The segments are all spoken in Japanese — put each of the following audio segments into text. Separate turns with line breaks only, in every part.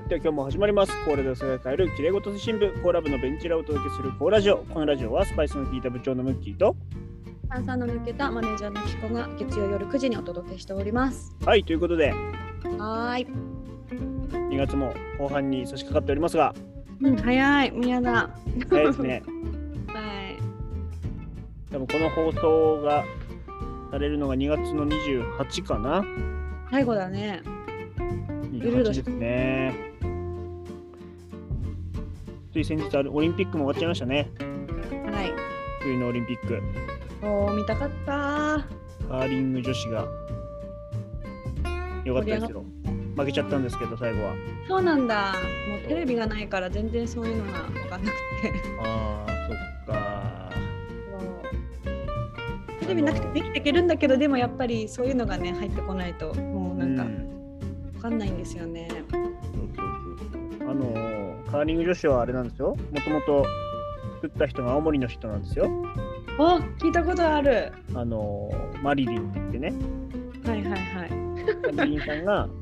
では今日も始まります。コーラで世界を変えるきれいごと新聞コーラ部のベンチラをお届けするコーラジオ。このラジオはスパイスの効いた部長のムッキーと
炭酸の抜けたマネージャーのキコが月曜夜9時にお届けしております。
はい、ということで
はーい。
2月も後半に差し掛かっておりますが、
早い、もうやだ。
早いですね。
はい。
多分この放送がされるのが2月の28かな。
最後だね。
28ですね。つい先日オリンピックも終わっちゃいましたね。
はい。
冬のオリンピック。
見たかった。
カーリング女子が良かったですよ。負けちゃったんですけど最後は。
そうなんだ。もうテレビがないから全然そういうのが分かんなくて。
ああ、そっか。
テレビなくてできていけるんだけど、でもやっぱりそういうのがね入ってこないともうなんか分かんないんですよね。
カーリング女子はあれなんですよ。もともと作った人が青森の人なんですよ。
あ、聞いたことある。
マリリンって言ってね。
はいはいはい。
マリリンさんが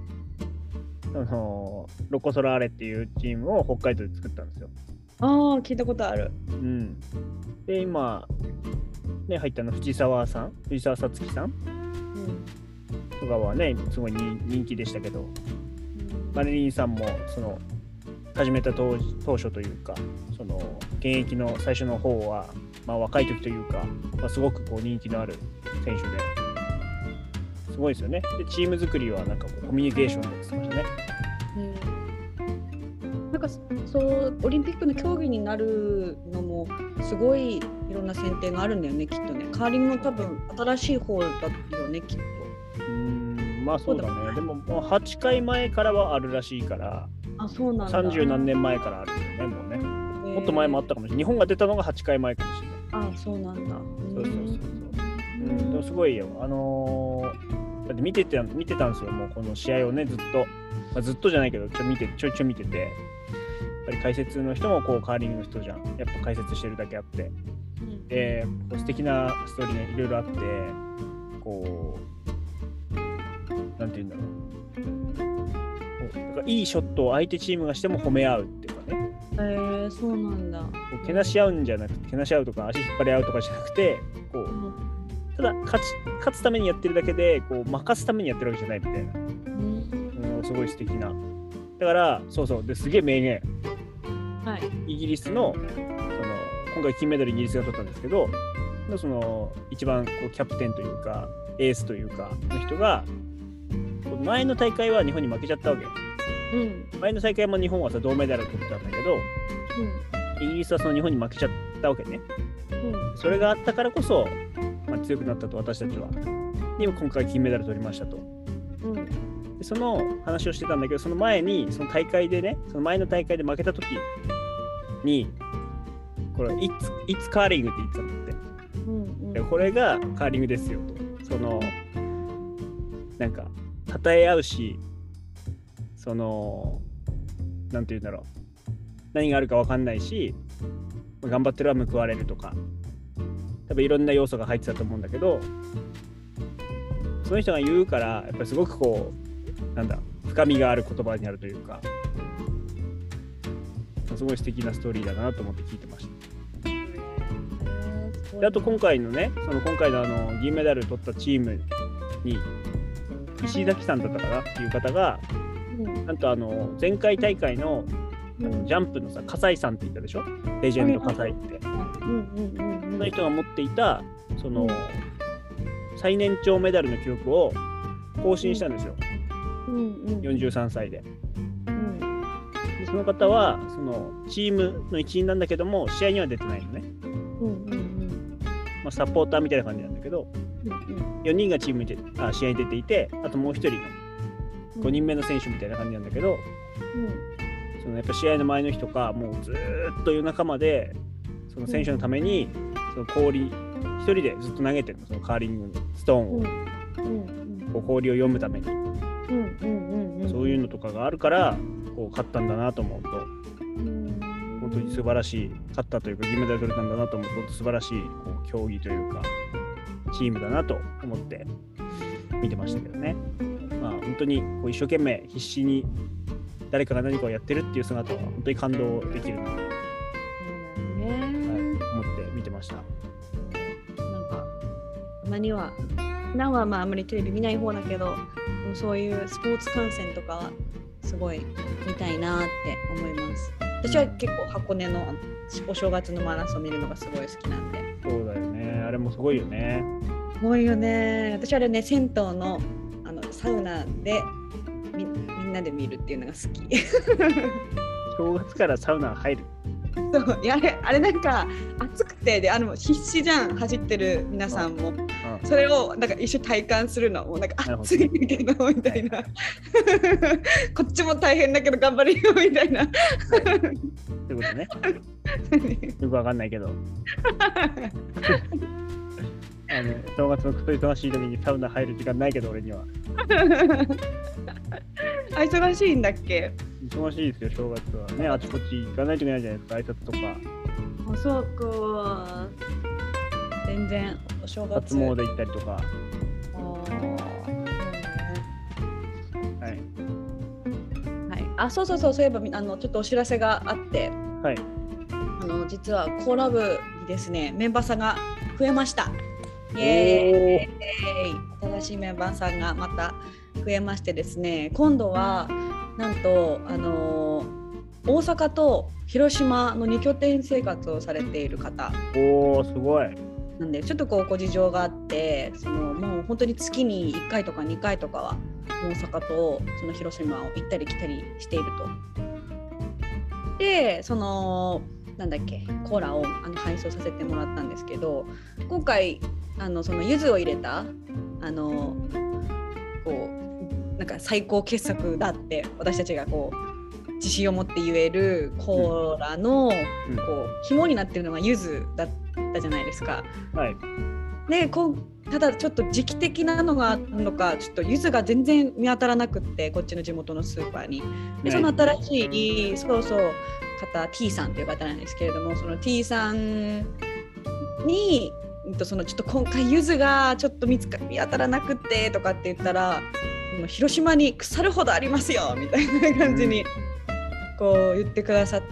ロコ・ソラーレっていうチームを北海道で作ったんですよ。
ああ、聞いたことある。
で今ね入ったの藤沢さつきさん、とかはねすごい人気でしたけど、マリリンさんもその始めた当初というか、その現役の最初の方は、若い時というか、すごくこう人気のある選手ですごいですよね。でチーム作りはなんかこうコミュニケーションでってましたね。
なんかそうオリンピックの競技になるのもすごいいろんな選定があるんだよね、きっとね。カーリングも多分新しい方だよね、きっと。
そうだね。でも8回前からはあるらしいから。
あ、そうなんだ。
30何年前からあるよね、もうね。もっと前もあったかもしれない。日本が出たのが8回前かもしれない。
あ、そうなんだ。
そう。でもすごいよ。だって見てたんですよ。もうこの試合をね、ずっと。ずっとじゃないけど、ちょいちょい見てて。やっぱり解説の人もこうカーリングの人じゃん。やっぱ解説してるだけあって。で、素敵なストーリーね、いろいろあって、こう、なんていうんだろう。いいショットを相手チームがしても褒め合うっていうかね。
そうなんだ。
けなし合うんじゃなくて、けなし合うとか足引っ張り合うとかじゃなくて、こう、ただ勝つためにやってるだけで、こう負かすためにやってるわけじゃないみたいな。すごい素敵な。だからそうですげえ名言。
はい。
イギリスの今回金メダルイギリスが取ったんですけど、その一番こうキャプテンというかエースというかの人が、前の大会は日本に負けちゃったわけ。前の大会も日本は銅メダルを取ったんだけど、イギリスはその日本に負けちゃったわけね。それがあったからこそ、強くなったと、私たちは。でも今回金メダル取りましたと。でその話をしてたんだけど、その前にその大会でね、その前の大会で負けた時に、これいつカーリングって言ってたんだって。でこれがカーリングですよと。なんか称え合うし、なんていうんだろう、何があるか分かんないし、頑張ってるは報われるとか、多分いろんな要素が入ってたと思うんだけど、その人が言うからやっぱりすごくこう深みがある言葉になるというか、すごい素敵なストーリーだなと思って聞いてました。であと今回の銀メダル取ったチームに石崎さんだったかなっていう方が、なんと前回大会のジャンプのさ、葛西さんって言ったでしょ、レジェンド葛西って。その人が持っていた最年長メダルの記録を更新したんですよ。43歳で。でその方はチームの一員なんだけども、試合には出てないのね。サポーターみたいな感じなんだけど、4人がチームに試合に出ていて、あともう1人の5人目の選手みたいな感じなんだけど、やっぱ試合の前の日とかもうずっと夜中までその選手のために氷一人でずっと投げてるの、そのカーリングのストーンを、氷を読むために、そういうのとかがあるからこう勝ったんだなと思うと、本当に素晴らしい、勝ったというか銀メダル取れたんだなと思うと、本当素晴らしいこう競技というかチームだなと思って見てましたけどね。本当にこう一生懸命必死に誰かが何かをやってるっていう姿は本当に感動できるなと、はい、思って見てました。
なんかたまには普段はまああんまりテレビ見ない方だけど、そういうスポーツ観戦とかはすごい見たいなって思います。私は結構箱根のお正月のマラソン見るのがすごい好きなんで。
そうだよね、あれもすごいよね。
すごいよね。私あれね、銭湯のサウナでみんなで見るっていうのが好き。
正月からサウナ入る。
そういやあれなんか暑くてで必死じゃん、走ってる皆さんも、それをなんか一緒体感するのもなんか暑いけどみたいな、こっちも大変だけど頑張るよみたいな、
そういうことね。よくわかんないけど正月のクソ忙しい時にサウナ入る時間ないけど俺には。
忙しいんだっけ？
忙しいですよ正月はね。あちこち行かないといけないじゃないですか、挨拶とか。
あ、そうか。全然お正月
初詣行ったりとか。はい。
はい。あ、そういえばちょっとお知らせがあって、
はい。
実はコーラ部にですねメンバーさんが増えました。イエーイ。新しいメンバーさんがまた増えましてですね、今度はなんと大阪と広島の2拠点生活をされている方。
おー、すごい。
なんでちょっとご事情があって、もう本当に月に1回とか2回とかは大阪とその広島を行ったり来たりしていると。でなんだっけ、コーラを配送させてもらったんですけど、今回その柚子を入れたなんか最高傑作だって私たちが自信を持って言えるコーラの肝になってるのが柚子だったじゃないですか。
はい。で
ただちょっと時期的なのがあるのか、ちょっと柚子が全然見当たらなくって、こっちの地元のスーパーに。でその新しい方 T さんという方なんですけれども、その T さんにちょっと今回柚子がちょっと見当たらなくってとかって言ったら、広島に腐るほどありますよみたいな感じに言ってくださって、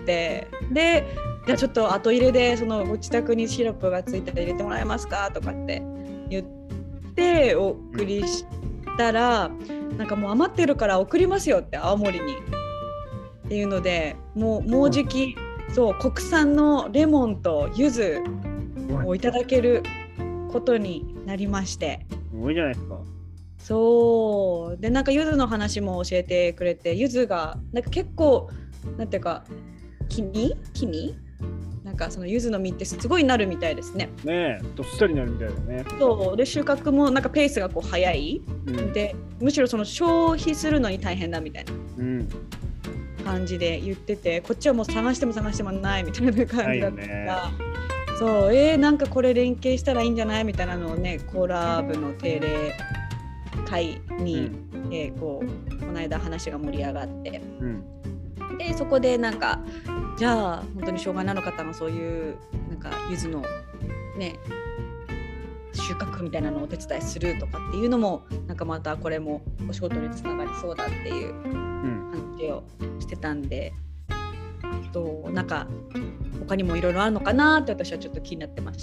でじゃあちょっと後入れでご自宅にシロップがついて入れてもらえますかとかって言ってお送りしたら、なんかもう余ってるから送りますよって、青森にっていうので、もうじき国産のレモンと柚子をいただけることになりまして。
すごいじゃないですか。
そうで、なんか柚子の話も教えてくれて、柚子がなんか結構なんていうか木になんかその柚子の実ってすごいなるみたいですね。
ねえ、どっさりなるみたいだね。
そうで、収穫もなんかペースが早い、でむしろ消費するのに大変だみたいな感じで言ってて、こっちはもう探してもないみたいな感じだったから、そうなんかこれ連携したらいいんじゃないみたいなのをね、コーラ部の定例会に、この間話が盛り上がって、でそこでなんかじゃあ本当に障害のある方のそういうなんか柚子のね収穫みたいなのをお手伝いするとかっていうのも、なんかまたこれもお仕事につながりそうだっていう話をしてたんで、なんか他にもいろいろあるのかなって私はちょっと気になってました。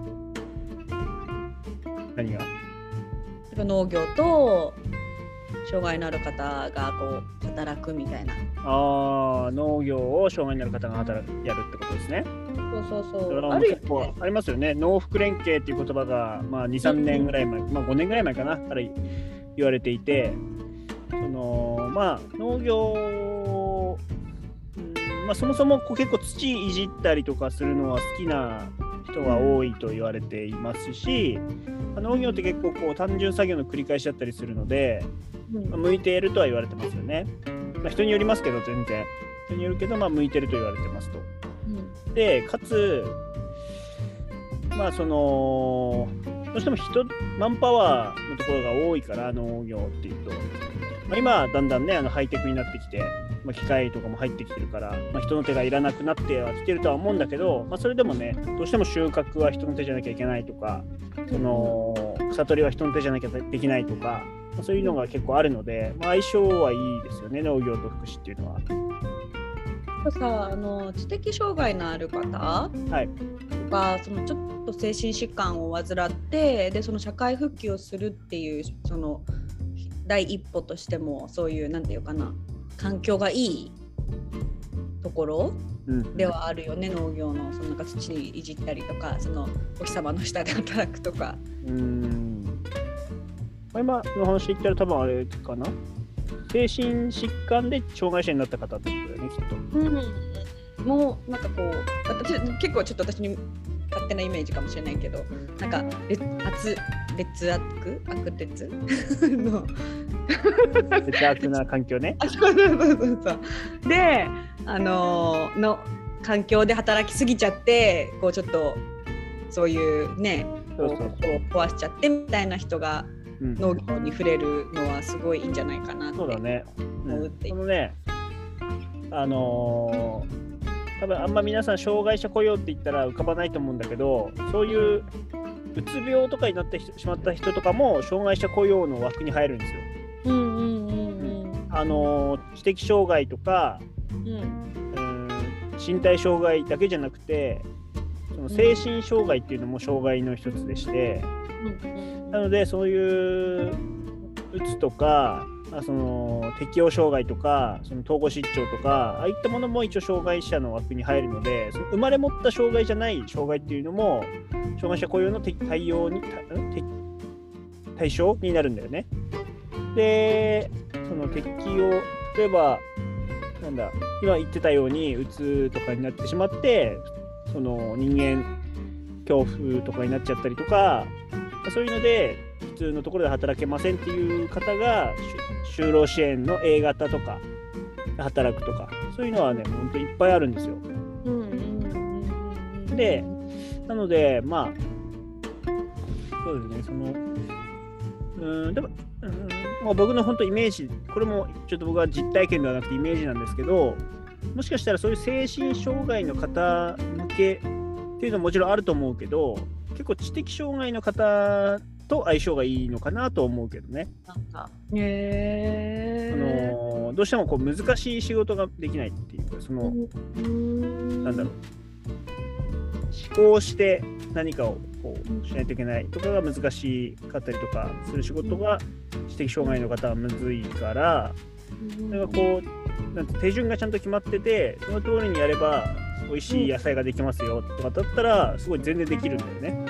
何が？
農業と障害のある方が働くみたいな。
農業を障害のある方がやるってことですね。そう結構ありますよね。農福連携っていう言葉が、2、3年ぐらい前、5年ぐらい前かなから言われていて、農業、そもそも結構土いじったりとかするのは好きな人が多いと言われていますし、農業って結構単純作業の繰り返しだったりするので、向いているとは言われてますよね。人によりますけど、全然人によるけど、向いてると言われてますと。でかつどうしてもマンパワーのところが多いから、農業っていうと、今だんだんねハイテクになってきて、機械とかも入ってきてるから、人の手がいらなくなってはきてるとは思うんだけど、それでもね、どうしても収穫は人の手じゃなきゃいけないとか、草取りは人の手じゃなきゃできないとか、 そういうのが結構あるので、相性はいいですよね、農業と福祉っていうのは。
さ知的障害のある方がそのちょっと精神疾患を患ってでその社会復帰をするっていうその第一歩としてもそういうなんていうかな環境がいいところではあるよね、農業のそのなんか土にいじったりとかそのお日様の下で働くとか。
今の話で言ったら多分あれかな、精神疾患で障害者になった方ってことだよね、きっと。
もうなんかこう私結構ちょっと私に勝手なイメージかもしれないけどなんか劣悪の
劣悪な環境ね。
そうでの環境で働きすぎちゃってこうちょっとそういうね心を壊しちゃってみたいな人が農業に触れるのはすごいいいんじゃないかなって思うっていう。
そのね多分あんま皆さん障害者雇用って言ったら浮かばないと思うんだけど、そういううつ病とかになってしまった人とかも障害者雇用の枠に入るんですよ。知的障害とか、身体障害だけじゃなくてその精神障害っていうのも障害の一つでして、なのでそういううつとかその適応障害とかその統合失調とかああいったものも一応障害者の枠に入るので、その生まれ持った障害じゃない障害っていうのも障害者雇用の対象になるんだよね。でその適応、例えば今言ってたようにうつとかになってしまってその人間恐怖とかになっちゃったりとか、そういうので普通のところで働けませんっていう方が就労支援の A 型とか働くとか、そういうのはね本当にいっぱいあるんですよ。でなのでそうですね、でも僕の本当イメージ、これもちょっと僕は実体験ではなくてイメージなんですけど、もしかしたらそういう精神障害の方向けっていうのはもちろんあると思うけど、結構知的障害の方と相性がいいのかなと思うけどね。どうしてもこう難しい仕事ができないっていうか、思考して何かをこうしないといけないとかが難しかったりとかする仕事が知的障害の方はむずいから、なんかこう手順がちゃんと決まっててその通りにやれば美味しい野菜ができますよとかだったらすごい全然できるんだよね。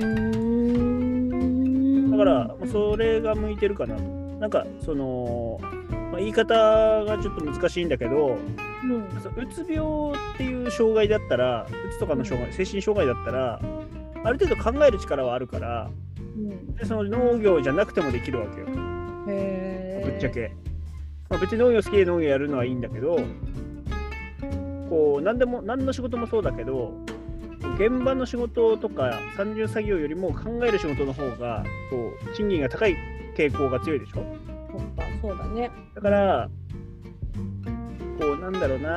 だからそれが向いてるかなと。なんか言い方がちょっと難しいんだけど、うつ病っていう障害だったら、うつとかの障害、精神障害だったらある程度考える力はあるから、でその農業じゃなくてもできるわけよ。ぶっちゃけ、別に農業好きで農業やるのはいいんだけど、こう何の仕事もそうだけど、現場の仕事とか単純作業よりも考える仕事の方がこう賃金が高い傾向が強いでしょ。
そうだね。
だからこう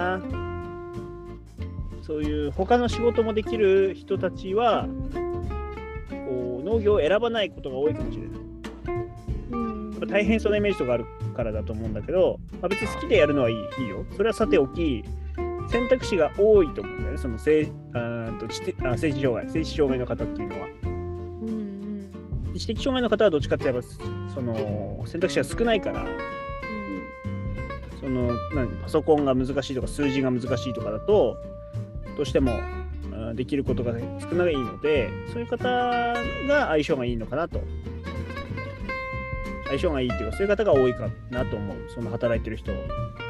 そういう他の仕事もできる人たちはこう農業を選ばないことが多いかもしれない。大変そうなイメージとかあるからだと思うんだけど、別に好きでやるのはいいよ。それはさておき、選択肢が多いと思うんだよね、その精神障害の方っていうのは。知的障害の方はどっちかって言えばその選択肢が少ないから、パソコンが難しいとか数字が難しいとかだとどうしてもできることが少ないので、そういう方が相性がいいのかなと。相性がいいっていうか、そういう方が多いかなと思う、その働いてる人。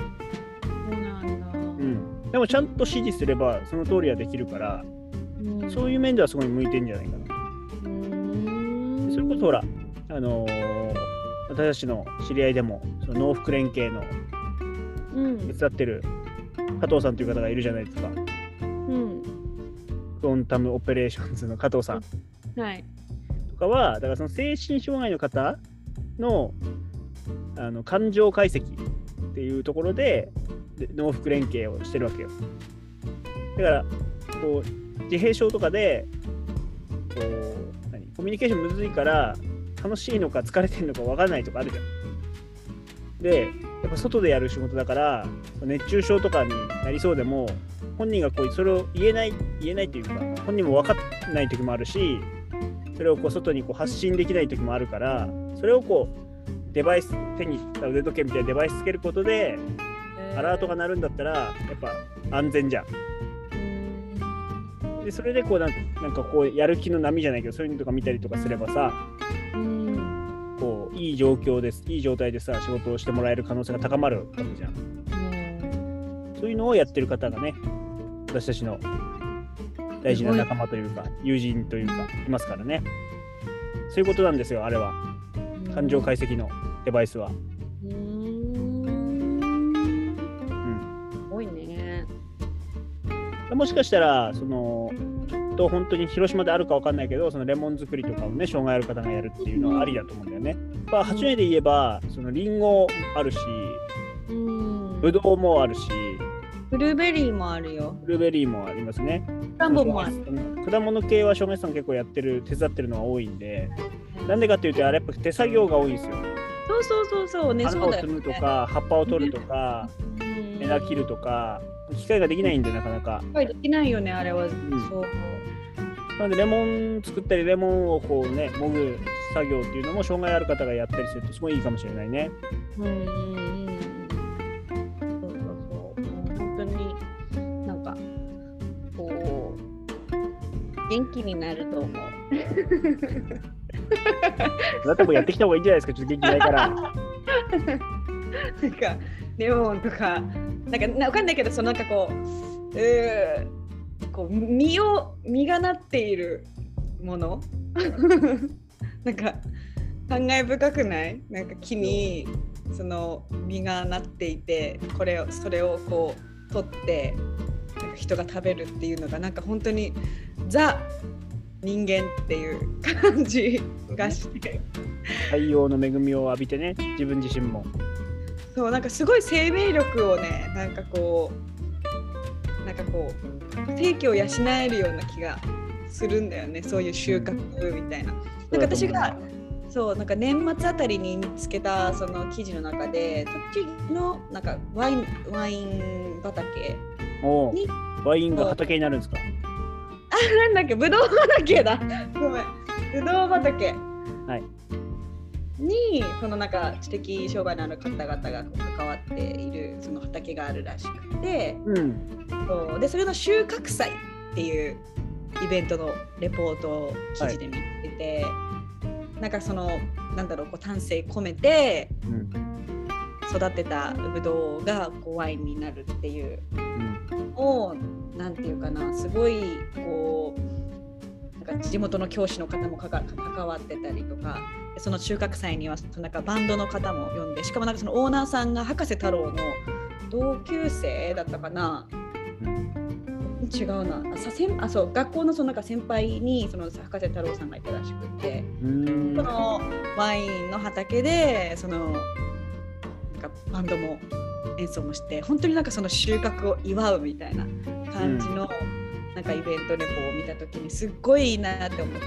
でもちゃんと指示すればその通りはできるから、そういう面ではすごい向いてんじゃないかなと。それこそほら、私たちの知り合いでもその農福連携の手伝ってる加藤さんという方がいるじゃないですか。クオンタムオペレーションズの加藤さん、とかはだからその精神障害の方の感情解析っていうところで農福連携をしてるわけよ。だからこう自閉症とかでこうコミュニケーションむずいから楽しいのか疲れてるのか分からないとかあるじゃん。でやっぱ外でやる仕事だから熱中症とかになりそうでも本人がこうそれを言えないというか本人も分かんない時もあるし、それをこう外にこう発信できない時もあるから、それをこうデバイス、手に腕時計みたいなデバイスつけることでアラートが鳴るんだったらやっぱ安全じゃん。でそれでこうなんかこうやる気の波じゃないけどそういうのとか見たりとかすればさ、こういい状態でさ仕事をしてもらえる可能性が高まるわけじゃん。そういうのをやってる方がね、私たちの大事な仲間というか友人というかいますからね。そういうことなんですよ、あれは。感情解析のデバイスは。
すごいね。
もしかしたらそのきっと本当に広島であるかわかんないけど、そのレモン作りとかをね障害ある方がやるっていうのはありだと思うんだよね。八戸で言えばそのリンゴあるし、ブドウもあるし、
ブルーベリーもあるよ。
ブルーベリーもありますね。
果物もある。
果物系は障害者さん結構手伝ってるのは多いんで、なんでかっていうとあれやっぱ手作業が多いんですよ。
そうね。
花を摘むとか葉っぱを取るとか枝切るとか機械ができないんでなかなか。
機械できないよねあれは。そう。
なのでレモン作ったりレモンをこうねもぐ作業っていうのも障害ある方がやったりするとすごいいいかもしれないね。
そう本当になんかこう元気になると思う。
だったらもうやってきた方がいいんじゃないですか、ちょっと元気ないから。
なんかレモンとかなんかわかんないけど、そのなんかこう実がなっているものなんか感慨深くない？なんか木にその実がなっていて、それをこう取ってなんか人が食べるっていうのがなんか本当にザ人間っていう感じがして
太陽の恵みを浴びてね、自分自身も
そうなんかすごい生命力をねなんかこう生気を養えるような気がするんだよね、そういう収穫みたいな。なんか私がそうなんか年末あたりに見つけたその記事の中で栃木のなんかワイン畑に
ワインが畑になるんですか？
なんだっけ、ぶどう畑だ。ごめん、ぶどう畑にそのなんか知的障害のある方々が関わっているその畑があるらしくて、そうでそれの収穫祭っていうイベントのレポートを記事で見てて、なんかそのなんだろうこう丹精込めて育てたぶどうがこうワインになるっていうのをなんていうかな、すごいこうなんか地元の教師の方も関わってたりとか、その収穫祭にはなんかバンドの方も呼んで、しかもなんかそのオーナーさんが博士太郎の同級生だったかな、違うな、そう学校のそのなんか先輩にその博士太郎さんがいたらしくて、そのワインの畑でそのなんかバンドも演奏もして、本当になんかその収穫を祝うみたいな感じのなんかイベントレポを見た時にすっごいいいなって思って、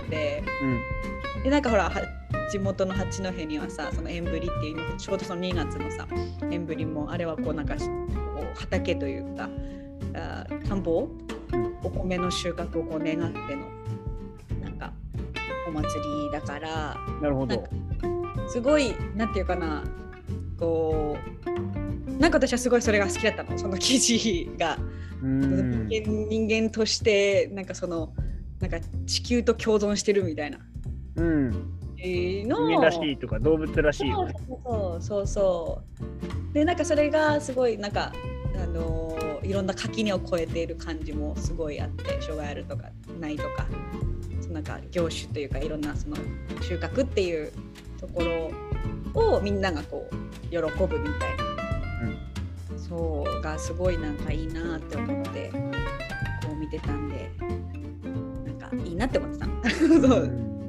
でなんかほら地元の八戸にはさ、その縁振りっていうのちょうどその2月のさ縁振りもあれはこうなんかこう畑というか田んぼ、お米の収穫をこう願ってのなんかお祭りだから、
なるほど、
すごいなんていうかな、こうなんか私はすごいそれが好きだったの、その記事が。人間としてなんかそのなんか地球と共存してるみたいな、
人間らしいとか動物らしいよね。
そうでなんかそれがすごいなんかいろんな垣根を越えている感じもすごいあって、障害あるとかないとか、なんか業種というかいろんなその収穫っていうところをみんながこう喜ぶみたいな、そうがすごいなんかいいなって思ってこう見てたんで、なんかいいなって思ってた。そう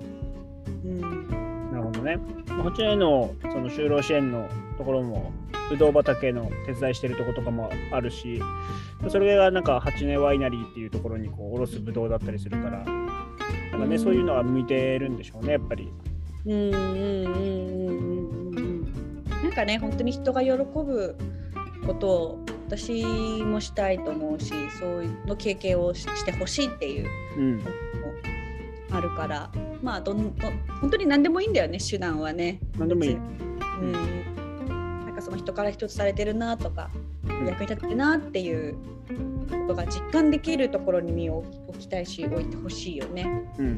なるほどね。こちらのその就労支援のところもぶどう畑の手伝いしてるところとかもあるし、それがなんか八戸ワイナリーっていうところにこう卸すぶどうだったりするから、なんかねそういうのは向いてるんでしょうね、やっぱり。
なんかね、本当に人が喜ぶことを私もしたいと思うし、そういうの経験をしてほしいっていうのもあるから、まあ本当に何でもいいんだよね、手段はね。
何でもいい。
なんかその人から一つされてるなとか、役に立ってるなっていうことが実感できるところに身を置きたいし、置いてほしいよね。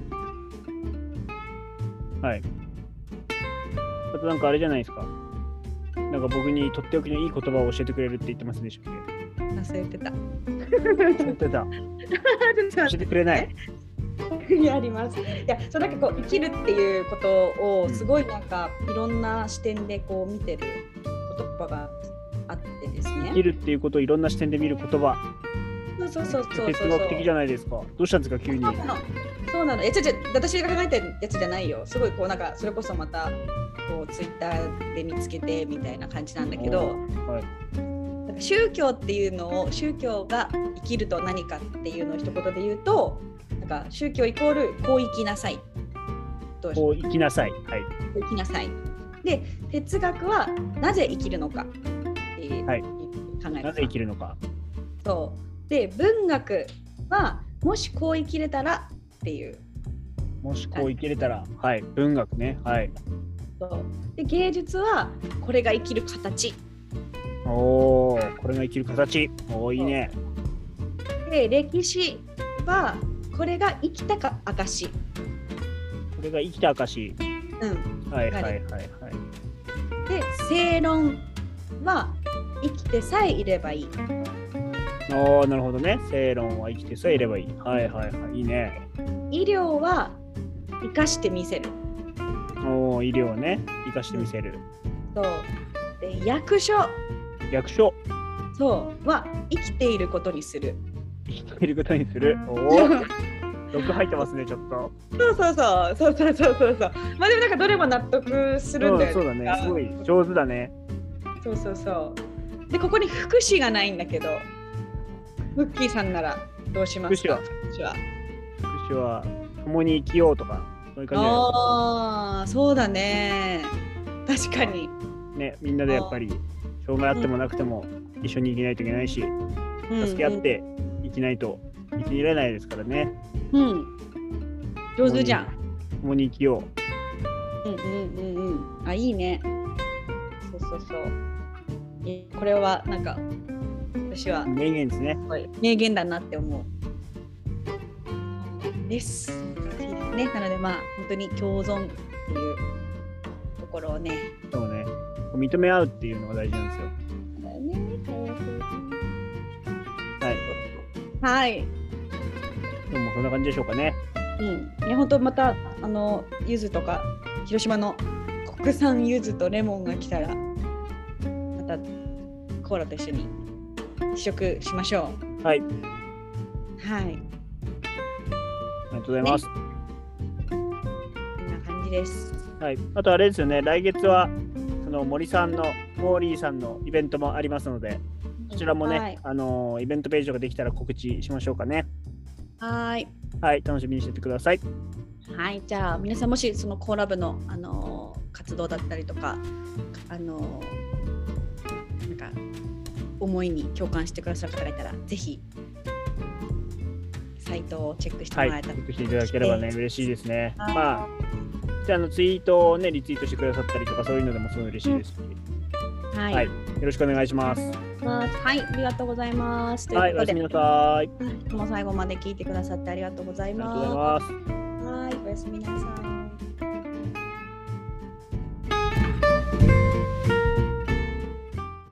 はい。あとなんかあれじゃないですか。なんか僕にとっておきのいい言葉を教えてくれるって言ってますでしょう
ね。忘れてた。
忘れてた。教えてくれない。
やります。いや、そうなんかこう生きるっていうことをすごいなんかいろんな視点でこう見てる言葉があってですね。
生きるっていうことをいろんな視点で見る言葉。
そう。
哲学的じゃないですか。どうしたんですか急に。
そうなの。私が考えたやつじゃないよ。すごいこうなんかそれこそまたこうツイッターで見つけてみたいな感じなんだけど、なんか宗教っていうのを、宗教が生きると何かっていうのを一言で言うと、なんか宗教イコールこう生きなさい。
こう生きなさい。はい。
こう生きなさい。で、哲学はなぜ生きるのかっていう、考え
なぜ生きるのか。
そう。で、文学はもしこう生きれたらっていう。
もしこう生きれたら、はい、文学ね。はい。
そうで、芸術はこれが生きる形。
これが生きる形。いいね。
で、歴史はこれが生きた証。
これが生きた証。はい。で、
正論は生きてさえいればいい。
なるほどね。正論は生きてさえいればいい。いいね。
医療は生かしてみせる。
医療ね。生かしてみせる。
そうで、役所そうは生きていることにする。
生きていることにする。毒入ってますね、ちょっと。
そう。まあでもなんかどれも納得するんだよね。
そうだね。すごい上手だね。
そうで、ここに福祉がないんだけど、ムッキーさんならどうしますか？福
祉は共に生きようとか、そういう感じだよ。
そうだね。確かに。
ね、みんなでやっぱり障害あってもなくても一緒に生きないといけないし、助け合って生きないと生きれないですからね。
上手じゃん。
共に生きよ
う。いいね。そう。これはなんか私は
名言ですね。
名言だなって思う。です。ね、なのでまあ本当に共存っていうところをね。
そうね。認め合うっていうのが大事なんですよ。
はい。
でもそんな感じでしょうかね。
いや本当また柚子とか広島の国産柚子とレモンが来たらまたコーラと一緒に試食しましょ
う。はい。
あり
がとうございます。
こんな感じです。
はい。あとあれですよね。来月はその森さんのモーリーさんのイベントもありますので、そちらもね、イベントページとかできたら告知しましょうかね。
はい、
楽しみにしててください。
はい、じゃあ皆さんもしそのコーラ部の活動だったりとかなんか思いに共感してくださる方がいたらぜひサイトをチェックしてもらえたら、
チェックしていただければね嬉しいですね。じゃあツイートをねリツイートしてくださったりとかそういうのでもすごい嬉しいですし、よろしくお願いします。
はい、ありがとうございます。
おやすみなさい。
もう最後まで聞いてくださってありがとうございます。
ありがとうございます。
はい、おやすみなさい。